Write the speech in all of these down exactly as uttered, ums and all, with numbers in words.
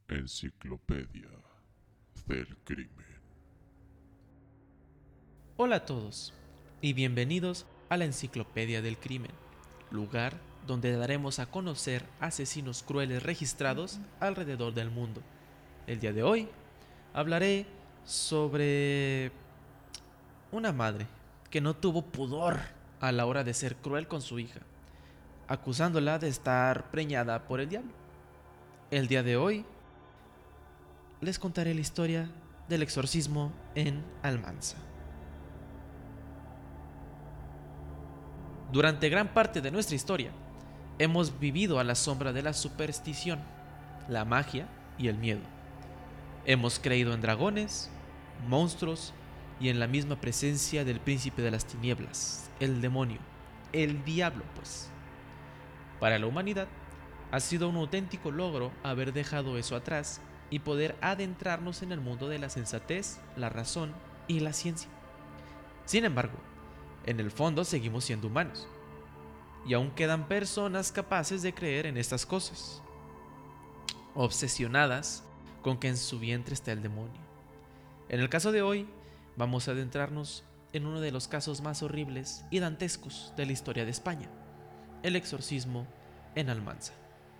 Enciclopedia del Crimen. Hola a todos y bienvenidos a la Enciclopedia del Crimen, lugar donde daremos a conocer asesinos crueles registrados alrededor del mundo. El día de hoy hablaré sobre una madre que no tuvo pudor a la hora de ser cruel con su hija, acusándola de estar preñada por el diablo. El día de hoy les contaré la historia del exorcismo en Almanza. Durante gran parte de nuestra historia, hemos vivido a la sombra de la superstición, la magia y el miedo. Hemos creído en dragones, monstruos y en la misma presencia del príncipe de las tinieblas, el demonio, el diablo, pues. Para la humanidad, ha sido un auténtico logro haber dejado eso atrás y poder adentrarnos en el mundo de la sensatez, la razón y la ciencia. Sin embargo, en el fondo seguimos siendo humanos. Y aún quedan personas capaces de creer en estas cosas, obsesionadas con que en su vientre está el demonio. En el caso de hoy, vamos a adentrarnos en uno de los casos más horribles y dantescos de la historia de España, el exorcismo en Almanza.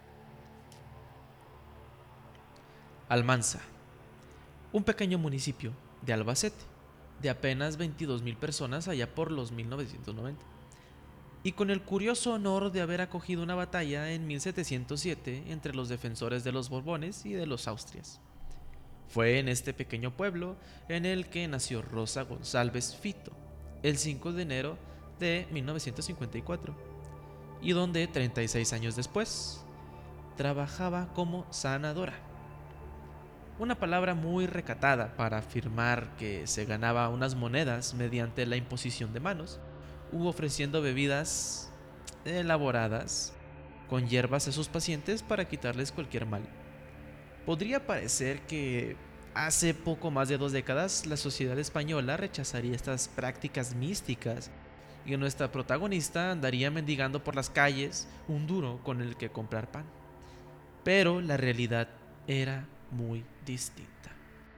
Almanza, un pequeño municipio de Albacete, de apenas veintidós mil personas allá por los mil novecientos noventa. Y con el curioso honor de haber acogido una batalla en mil setecientos siete entre los defensores de los Borbones y de los Austrias. Fue en este pequeño pueblo en el que nació Rosa González Fito, el cinco de enero de mil novecientos cincuenta y cuatro, y donde treinta y seis años después trabajaba como sanadora. Una palabra muy recatada para afirmar que se ganaba unas monedas mediante la imposición de manos, u ofreciendo bebidas elaboradas con hierbas a sus pacientes para quitarles cualquier mal. Podría parecer que hace poco más de dos décadas la sociedad española rechazaría estas prácticas místicas y nuestra protagonista andaría mendigando por las calles un duro con el que comprar pan. Pero la realidad era muy distinta.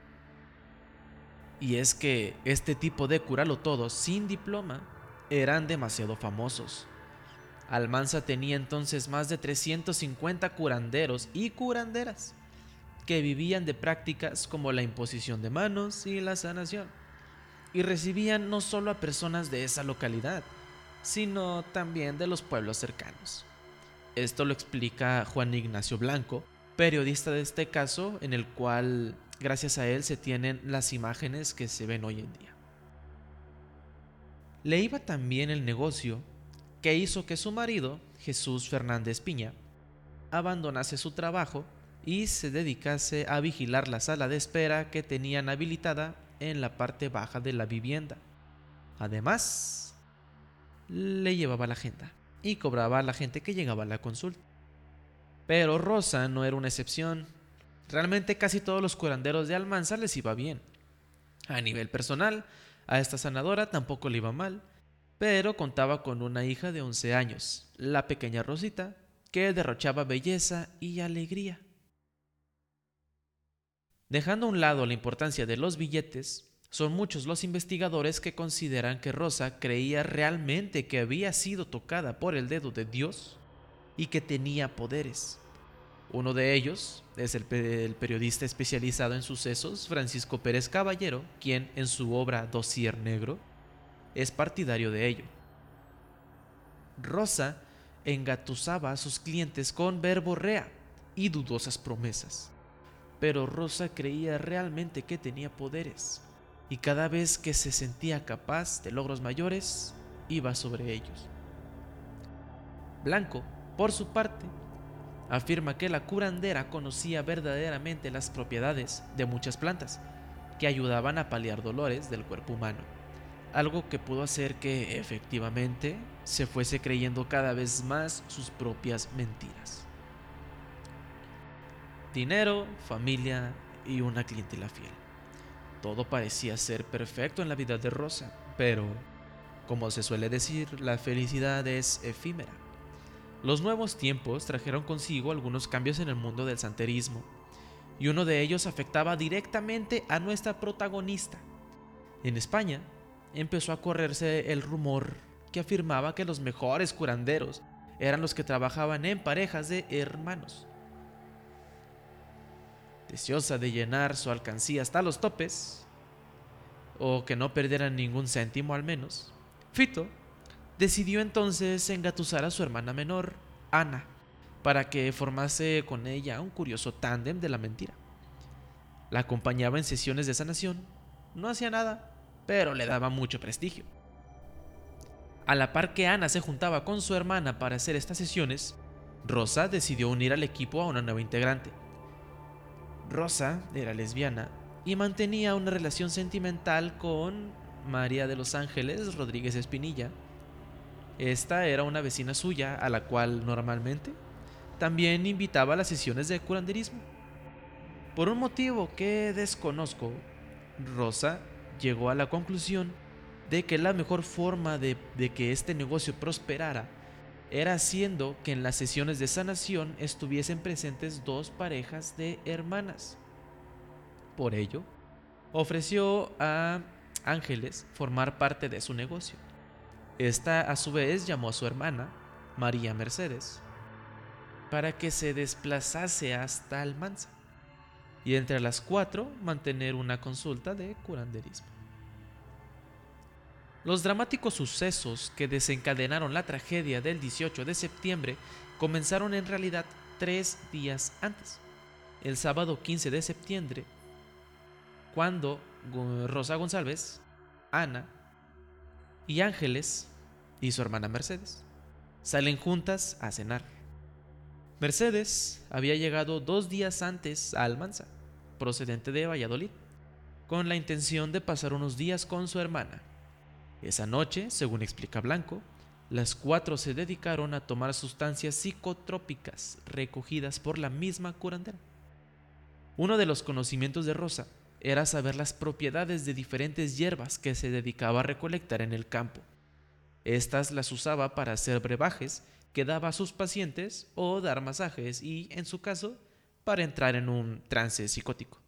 Y es que este tipo de curalo todo sin diploma eran demasiado famosos. Almanza tenía entonces más de trescientos cincuenta curanderos y curanderas que vivían de prácticas como la imposición de manos y la sanación, y recibían no solo a personas de esa localidad, sino también de los pueblos cercanos. Esto lo explica Juan Ignacio Blanco, periodista de este caso, en el cual, gracias a él, se tienen las imágenes que se ven hoy en día. Le iba también el negocio que hizo que su marido, Jesús Fernández Piña, abandonase su trabajo y se dedicase a vigilar la sala de espera que tenían habilitada en la parte baja de la vivienda. Además, le llevaba la agenda y cobraba a la gente que llegaba a la consulta. Pero Rosa no era una excepción. Realmente casi todos los curanderos de Almanza les iba bien. A nivel personal, a esta sanadora tampoco le iba mal, pero contaba con una hija de once años, la pequeña Rosita, que derrochaba belleza y alegría. Dejando a un lado la importancia de los billetes, son muchos los investigadores que consideran que Rosa creía realmente que había sido tocada por el dedo de Dios y que tenía poderes. Uno de ellos es el, pe- el periodista especializado en sucesos Francisco Pérez Caballero, quien en su obra Dossier Negro es partidario de ello. Rosa engatusaba a sus clientes con verborrea y dudosas promesas, pero Rosa creía realmente que tenía poderes y cada vez que se sentía capaz de logros mayores, iba sobre ellos. Blanco, por su parte, afirma que la curandera conocía verdaderamente las propiedades de muchas plantas que ayudaban a paliar dolores del cuerpo humano, algo que pudo hacer que efectivamente se fuese creyendo cada vez más sus propias mentiras. Dinero, familia y una clientela fiel. Todo parecía ser perfecto en la vida de Rosa, pero, como se suele decir, la felicidad es efímera. Los nuevos tiempos trajeron consigo algunos cambios en el mundo del santerismo, y uno de ellos afectaba directamente a nuestra protagonista. En España empezó a correrse el rumor que afirmaba que los mejores curanderos eran los que trabajaban en parejas de hermanos. Deseosa de llenar su alcancía hasta los topes, o que no perdieran ningún céntimo al menos, Fito decidió entonces engatusar a su hermana menor, Ana, para que formase con ella un curioso tándem de la mentira. La acompañaba en sesiones de sanación, no hacía nada, pero le daba mucho prestigio. A la par que Ana se juntaba con su hermana para hacer estas sesiones, Rosa decidió unir al equipo a una nueva integrante. Rosa era lesbiana y mantenía una relación sentimental con María de los Ángeles Rodríguez Espinilla. Esta era una vecina suya a la cual normalmente también invitaba a las sesiones de curanderismo. Por un motivo que desconozco, Rosa llegó a la conclusión de que la mejor forma de, de que este negocio prosperara era haciendo que en las sesiones de sanación estuviesen presentes dos parejas de hermanas. Por ello, ofreció a Ángeles formar parte de su negocio. Esta, a su vez, llamó a su hermana, María Mercedes, para que se desplazase hasta Almanza y entre las cuatro mantener una consulta de curanderismo. Los dramáticos sucesos que desencadenaron la tragedia del dieciocho de septiembre comenzaron en realidad tres días antes, el sábado quince de septiembre, cuando Rosa González, Ana y Ángeles y su hermana Mercedes salen juntas a cenar. Mercedes había llegado dos días antes a Almanza, procedente de Valladolid, con la intención de pasar unos días con su hermana. Esa noche, según explica Blanco, las cuatro se dedicaron a tomar sustancias psicotrópicas recogidas por la misma curandera. Uno de los conocimientos de Rosa era saber las propiedades de diferentes hierbas que se dedicaba a recolectar en el campo. Estas las usaba para hacer brebajes que daba a sus pacientes o dar masajes y, en su caso, para entrar en un trance psicótico.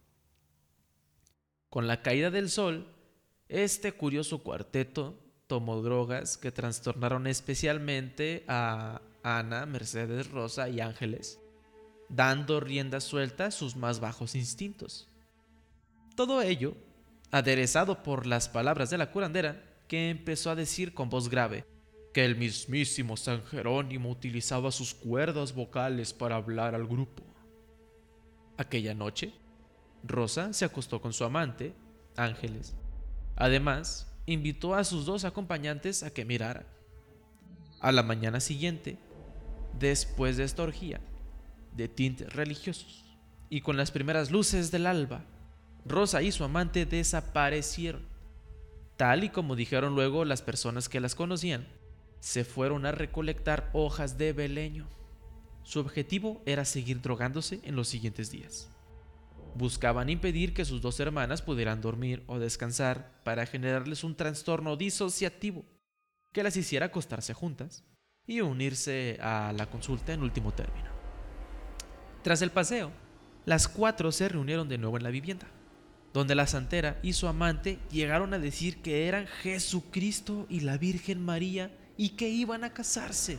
Con la caída del sol, este curioso cuarteto tomó drogas que trastornaron especialmente a Ana, Mercedes, Rosa y Ángeles, dando rienda suelta a sus más bajos instintos. Todo ello aderezado por las palabras de la curandera, que empezó a decir con voz grave que el mismísimo San Jerónimo utilizaba sus cuerdas vocales para hablar al grupo. Aquella noche, Rosa se acostó con su amante, Ángeles. Además, invitó a sus dos acompañantes a que miraran. A la mañana siguiente, después de esta orgía de tintes religiosos y con las primeras luces del alba, Rosa y su amante desaparecieron. Tal y como dijeron luego las personas que las conocían, se fueron a recolectar hojas de beleño. Su objetivo era seguir drogándose en los siguientes días. Buscaban impedir que sus dos hermanas pudieran dormir o descansar para generarles un trastorno disociativo que las hiciera acostarse juntas y unirse a la consulta en último término. Tras el paseo, las cuatro se reunieron de nuevo en la vivienda, donde la santera y su amante llegaron a decir que eran Jesucristo y la Virgen María y que iban a casarse.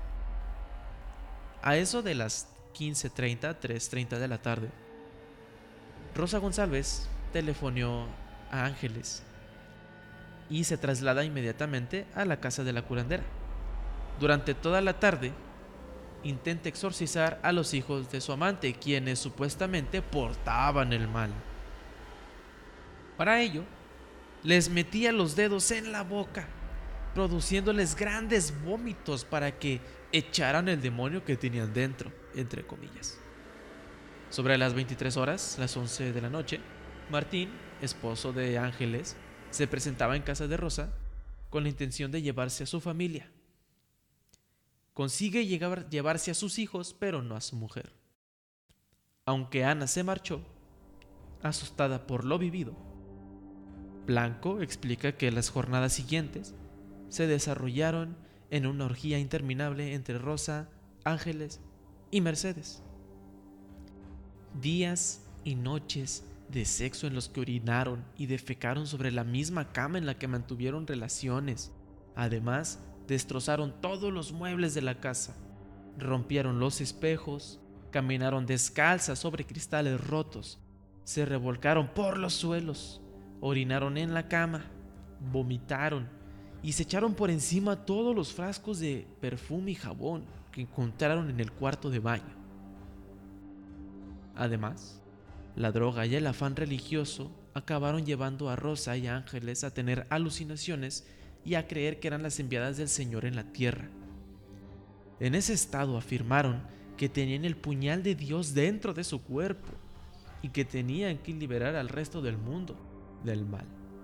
A eso de las quince treinta, tres treinta de la tarde, Rosa González telefonó a Ángeles y se traslada inmediatamente a la casa de la curandera. Durante toda la tarde intenta exorcizar a los hijos de su amante, quienes supuestamente portaban el mal. Para ello, les metía los dedos en la boca, produciéndoles grandes vómitos para que echaran el demonio que tenían dentro, entre comillas. Sobre las veintitrés horas, las once de la noche, Martín, esposo de Ángeles, se presentaba en casa de Rosa con la intención de llevarse a su familia. Consigue llegar, llevarse a sus hijos, pero no a su mujer. Aunque Ana se marchó, asustada por lo vivido, Blanco explica que las jornadas siguientes se desarrollaron en una orgía interminable entre Rosa, Ángeles y Mercedes. Días y noches de sexo en los que orinaron y defecaron sobre la misma cama en la que mantuvieron relaciones. Además, destrozaron todos los muebles de la casa, rompieron los espejos, caminaron descalzas sobre cristales rotos, se revolcaron por los suelos, orinaron en la cama, vomitaron y se echaron por encima todos los frascos de perfume y jabón que encontraron en el cuarto de baño. Además, la droga y el afán religioso acabaron llevando a Rosa y a Ángeles a tener alucinaciones y a creer que eran las enviadas del Señor en la tierra. En ese estado afirmaron que tenían el puñal de Dios dentro de su cuerpo y que tenían que liberar al resto del mundo del mal.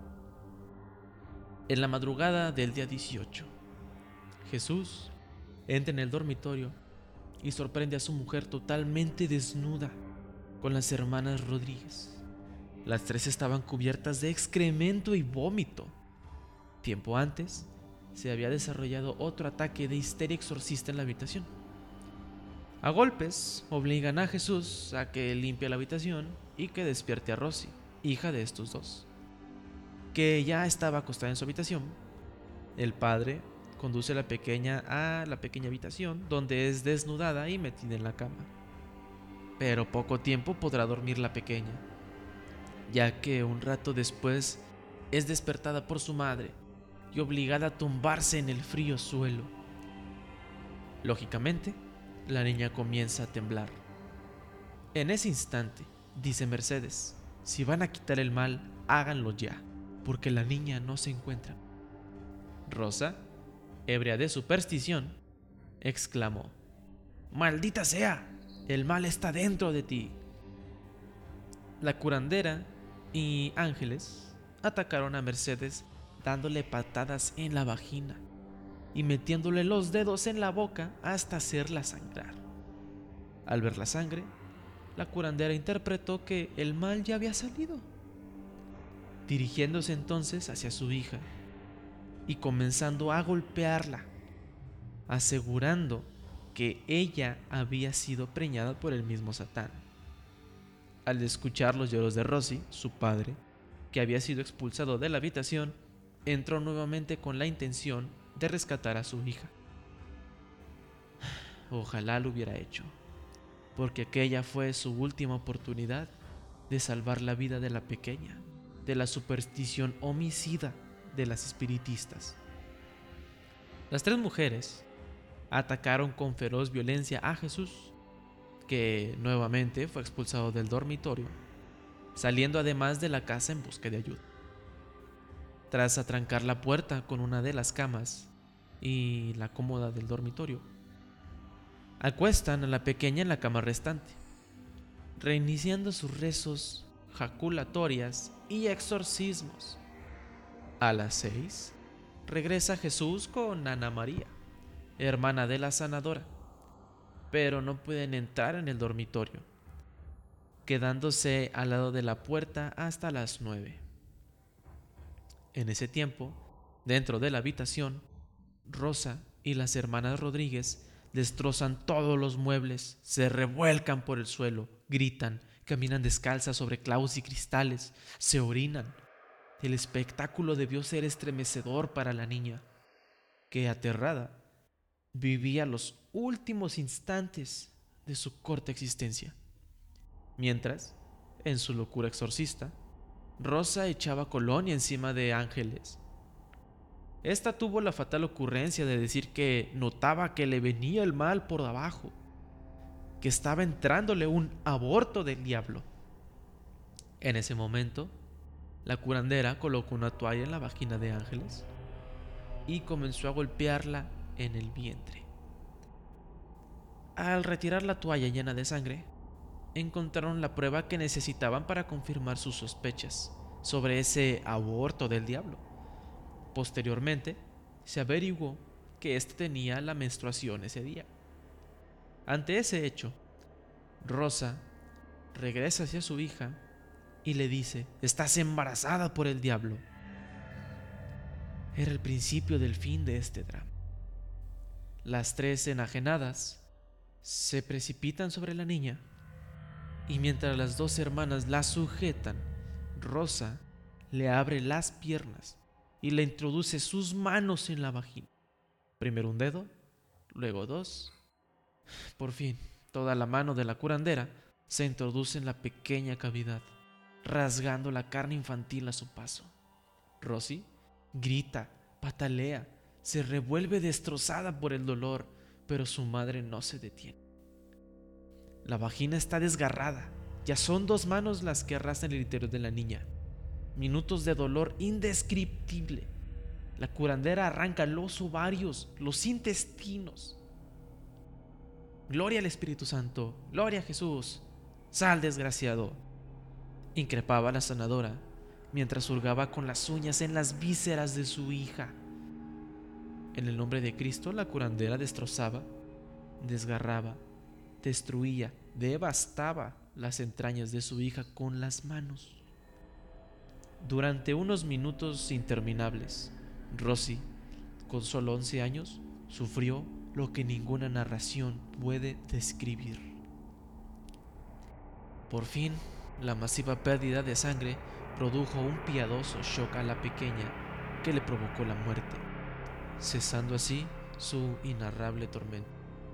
En la madrugada del día dieciocho, Jesús entra en el dormitorio y sorprende a su mujer totalmente desnuda con las hermanas Rodríguez. Las tres estaban cubiertas de excremento y vómito. Tiempo antes, se había desarrollado otro ataque de histeria exorcista en la habitación. A golpes, obligan a Jesús a que limpie la habitación y que despierte a Rosy, hija de estos dos, que ya estaba acostada en su habitación. El padre conduce a la pequeña a la pequeña habitación, donde es desnudada y metida en la cama. Pero poco tiempo podrá dormir la pequeña, ya que un rato después es despertada por su madre y obligada a tumbarse en el frío suelo. Lógicamente, la niña comienza a temblar. En ese instante, dice Mercedes, si van a quitar el mal, háganlo ya, porque la niña no se encuentra. Rosa, ebria de superstición, exclamó: ¡Maldita sea! El mal está dentro de ti. La curandera y Ángeles atacaron a Mercedes dándole patadas en la vagina y metiéndole los dedos en la boca hasta hacerla sangrar. Al ver la sangre, la curandera interpretó que el mal ya había salido, dirigiéndose entonces hacia su hija y comenzando a golpearla, asegurando que ella había sido preñada por el mismo Satán. Al escuchar los lloros de Rosy, su padre, que había sido expulsado de la habitación, entró nuevamente con la intención de rescatar a su hija. Ojalá lo hubiera hecho, porque aquella fue su última oportunidad de salvar la vida de la pequeña, de la superstición homicida de las espiritistas. Las tres mujeres atacaron con feroz violencia a Jesús, que nuevamente fue expulsado del dormitorio, saliendo además de la casa en busca de ayuda. Tras atrancar la puerta con una de las camas y la cómoda del dormitorio, acuestan a la pequeña en la cama restante, reiniciando sus rezos, jaculatorias y exorcismos. A las seis, regresa Jesús con Ana María, hermana de la sanadora, pero no pueden entrar en el dormitorio, quedándose al lado de la puerta hasta las nueve. En ese tiempo, dentro de la habitación, Rosa y las hermanas Rodríguez destrozan todos los muebles, se revuelcan por el suelo, gritan, caminan descalzas sobre clavos y cristales, se orinan. El espectáculo debió ser estremecedor para la niña, que, aterrada, vivía los últimos instantes de su corta existencia. Mientras, en su locura exorcista, Rosa echaba colonia encima de Ángeles. Esta tuvo la fatal ocurrencia de decir que notaba que le venía el mal por abajo, que estaba entrándole un aborto del diablo. En ese momento, la curandera colocó una toalla en la vagina de Ángeles y comenzó a golpearla en el vientre. Al retirar la toalla llena de sangre, encontraron la prueba que necesitaban para confirmar sus sospechas sobre ese aborto del diablo. Posteriormente, se averiguó que éste tenía la menstruación ese día. Ante ese hecho, Rosa regresa hacia su hija y le dice: «Estás embarazada por el diablo». Era el principio del fin de este drama. Las tres, enajenadas, se precipitan sobre la niña y mientras las dos hermanas la sujetan, Rosa le abre las piernas y le introduce sus manos en la vagina. Primero un dedo, luego dos. Por fin, toda la mano de la curandera se introduce en la pequeña cavidad, rasgando la carne infantil a su paso. Rosy grita, patalea, se revuelve destrozada por el dolor, pero su madre no se detiene. La vagina está desgarrada, ya son dos manos las que arrastran el interior de la niña. Minutos de dolor indescriptible. La curandera arranca los ovarios, los intestinos. Gloria al Espíritu Santo, gloria a Jesús. Sal, desgraciado, increpaba la sanadora mientras hurgaba con las uñas en las vísceras de su hija. En el nombre de Cristo, la curandera destrozaba, desgarraba, destruía, devastaba las entrañas de su hija con las manos. Durante unos minutos interminables, Rosy, con solo once años, sufrió lo que ninguna narración puede describir. Por fin, la masiva pérdida de sangre produjo un piadoso shock a la pequeña que le provocó la muerte, cesando así su inarrable tormento.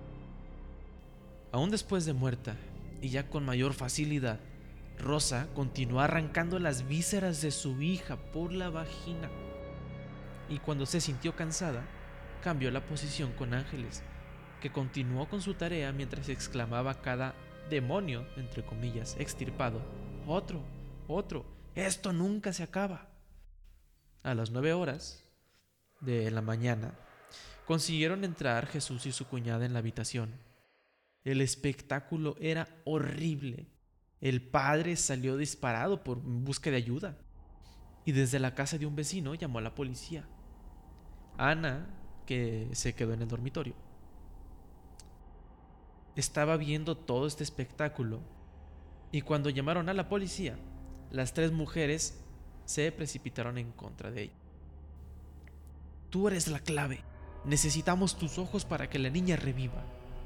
Aún después de muerta, y ya con mayor facilidad, Rosa continuó arrancando las vísceras de su hija por la vagina. Y cuando se sintió cansada, cambió la posición con Ángeles, que continuó con su tarea mientras exclamaba cada demonio, entre comillas, extirpado: otro, otro, esto nunca se acaba. A las nueve horas de la mañana, consiguieron entrar Jesús y su cuñada en la habitación. El espectáculo era horrible. El padre salió disparado por busca de ayuda, y desde la casa de un vecino llamó a la policía. Ana, que se quedó en el dormitorio, estaba viendo todo este espectáculo, y cuando llamaron a la policía, las tres mujeres se precipitaron en contra de ella. Tú eres la clave. Necesitamos tus ojos para que la niña reviva.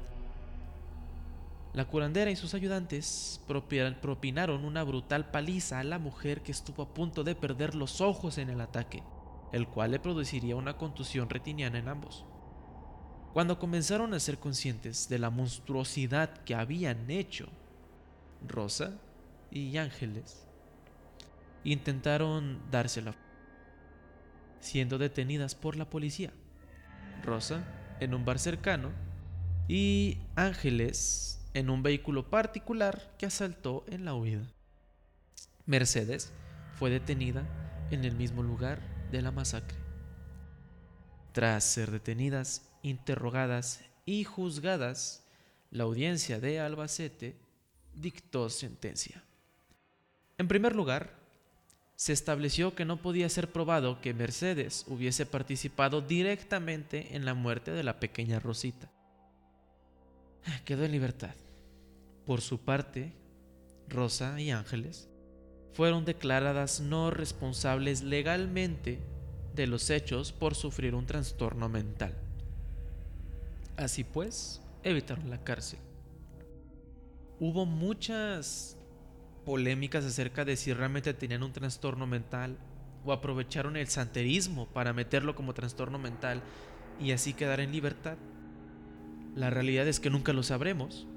La curandera y sus ayudantes propinaron una brutal paliza a la mujer, que estuvo a punto de perder los ojos en el ataque, el cual le produciría una contusión retiniana en ambos. Cuando comenzaron a ser conscientes de la monstruosidad que habían hecho, Rosa y Ángeles intentaron dársela, siendo detenidas por la policía. Rosa en un bar cercano y Ángeles en un vehículo particular que asaltó en la huida. Mercedes fue detenida en el mismo lugar de la masacre. Tras ser detenidas, interrogadas y juzgadas, la audiencia de Albacete dictó sentencia. En primer lugar, se estableció que no podía ser probado que Mercedes hubiese participado directamente en la muerte de la pequeña Rosita. Quedó en libertad. Por su parte, Rosa y Ángeles fueron declaradas no responsables legalmente de los hechos por sufrir un trastorno mental. Así pues, evitaron la cárcel. Hubo muchas polémicas acerca de si realmente tenían un trastorno mental o aprovecharon el santerismo para meterlo como trastorno mental y así quedar en libertad. La realidad es que nunca lo sabremos.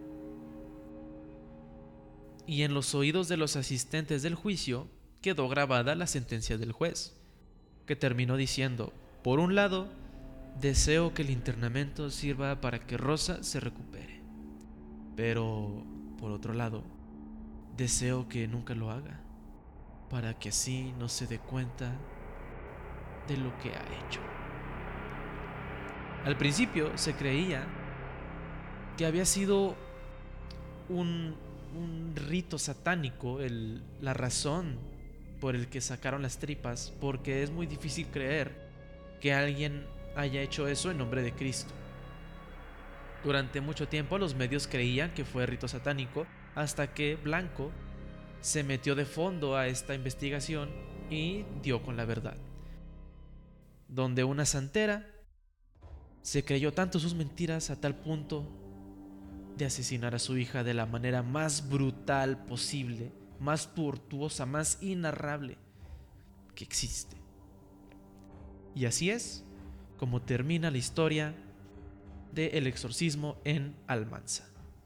Y en los oídos de los asistentes del juicio quedó grabada la sentencia del juez, que terminó diciendo: por un lado, deseo que el internamiento sirva para que Rosa se recupere, pero por otro lado, deseo que nunca lo haga, para que así no se dé cuenta de lo que ha hecho. Al principio se creía que había sido un, un rito satánico, el, la razón por el que sacaron las tripas, porque es muy difícil creer que alguien haya hecho eso en nombre de Cristo. Durante mucho tiempo los medios creían que fue rito satánico, hasta que Blanco se metió de fondo a esta investigación y dio con la verdad, donde una santera se creyó tanto sus mentiras a tal punto de asesinar a su hija de la manera más brutal posible, más tortuosa, más inarrable que existe. Y así es como termina la historia de El exorcismo en Almanza.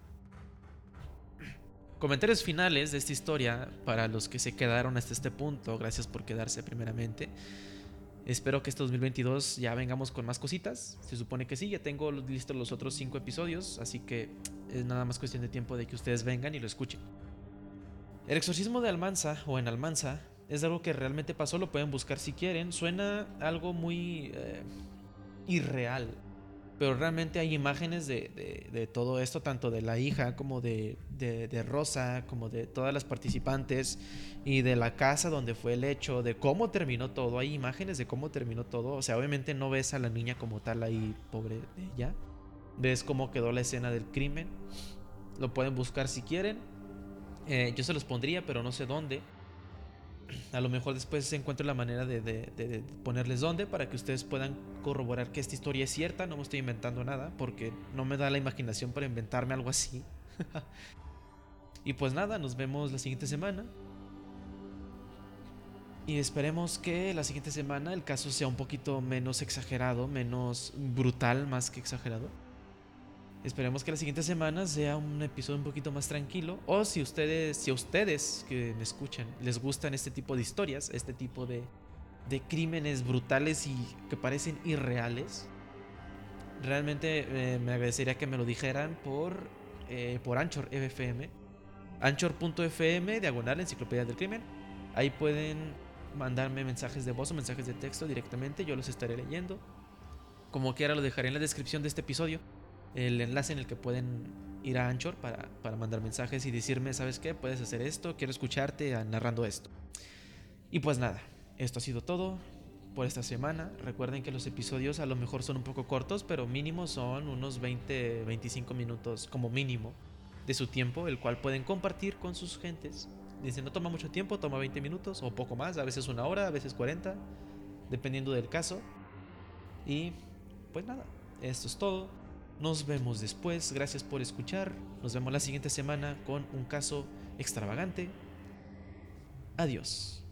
Comentarios finales de esta historia para los que se quedaron hasta este punto. Gracias por quedarse primeramente. Espero que este dos mil veintidós ya vengamos con más cositas. Se supone que sí, ya tengo listos los otros cinco episodios, así que es nada más cuestión de tiempo de que ustedes vengan y lo escuchen. El exorcismo de Almanza o en Almanza es algo que realmente pasó, lo pueden buscar si quieren. Suena algo muy eh, irreal, pero realmente hay imágenes de, de, de todo esto, tanto de la hija como de, de, de Rosa, como de todas las participantes y de la casa donde fue el hecho, de cómo terminó todo. Hay imágenes de cómo terminó todo. O sea, obviamente no ves a la niña como tal ahí, pobre de ella. Ves cómo quedó la escena del crimen. Lo pueden buscar si quieren. Eh, yo se los pondría, pero no sé dónde. A lo mejor después encuentro la manera de, de, de, de ponerles dónde para que ustedes puedan corroborar que esta historia es cierta. No me estoy inventando nada porque no me da la imaginación para inventarme algo así. Y pues nada, nos vemos la siguiente semana. Y esperemos que la siguiente semana el caso sea un poquito menos exagerado, menos brutal más que exagerado. Esperemos que la siguiente semana sea un episodio un poquito más tranquilo. O si ustedes, si a ustedes que me escuchan les gustan este tipo de historias, este tipo de, de crímenes brutales y que parecen irreales, realmente eh, me agradecería que me lo dijeran por, eh, por Anchor F M. Anchor punto F M, diagonal enciclopedia del crimen. Ahí pueden mandarme mensajes de voz o mensajes de texto directamente, yo los estaré leyendo. Como quiera lo dejaré en la descripción de este episodio, el enlace en el que pueden ir a Anchor para, para mandar mensajes y decirme, ¿sabes qué? Puedes hacer esto, quiero escucharte narrando esto. Y pues nada, esto ha sido todo por esta semana. Recuerden que los episodios a lo mejor son un poco cortos, pero mínimo son unos veinte, veinticinco minutos como mínimo de su tiempo, el cual pueden compartir con sus gentes. Dicen, no toma mucho tiempo, toma veinte minutos o poco más, a veces una hora, a veces cuarenta, dependiendo del caso. Y pues nada, esto es todo. Nos vemos después, gracias por escuchar. Nos vemos la siguiente semana con un caso extravagante. Adiós.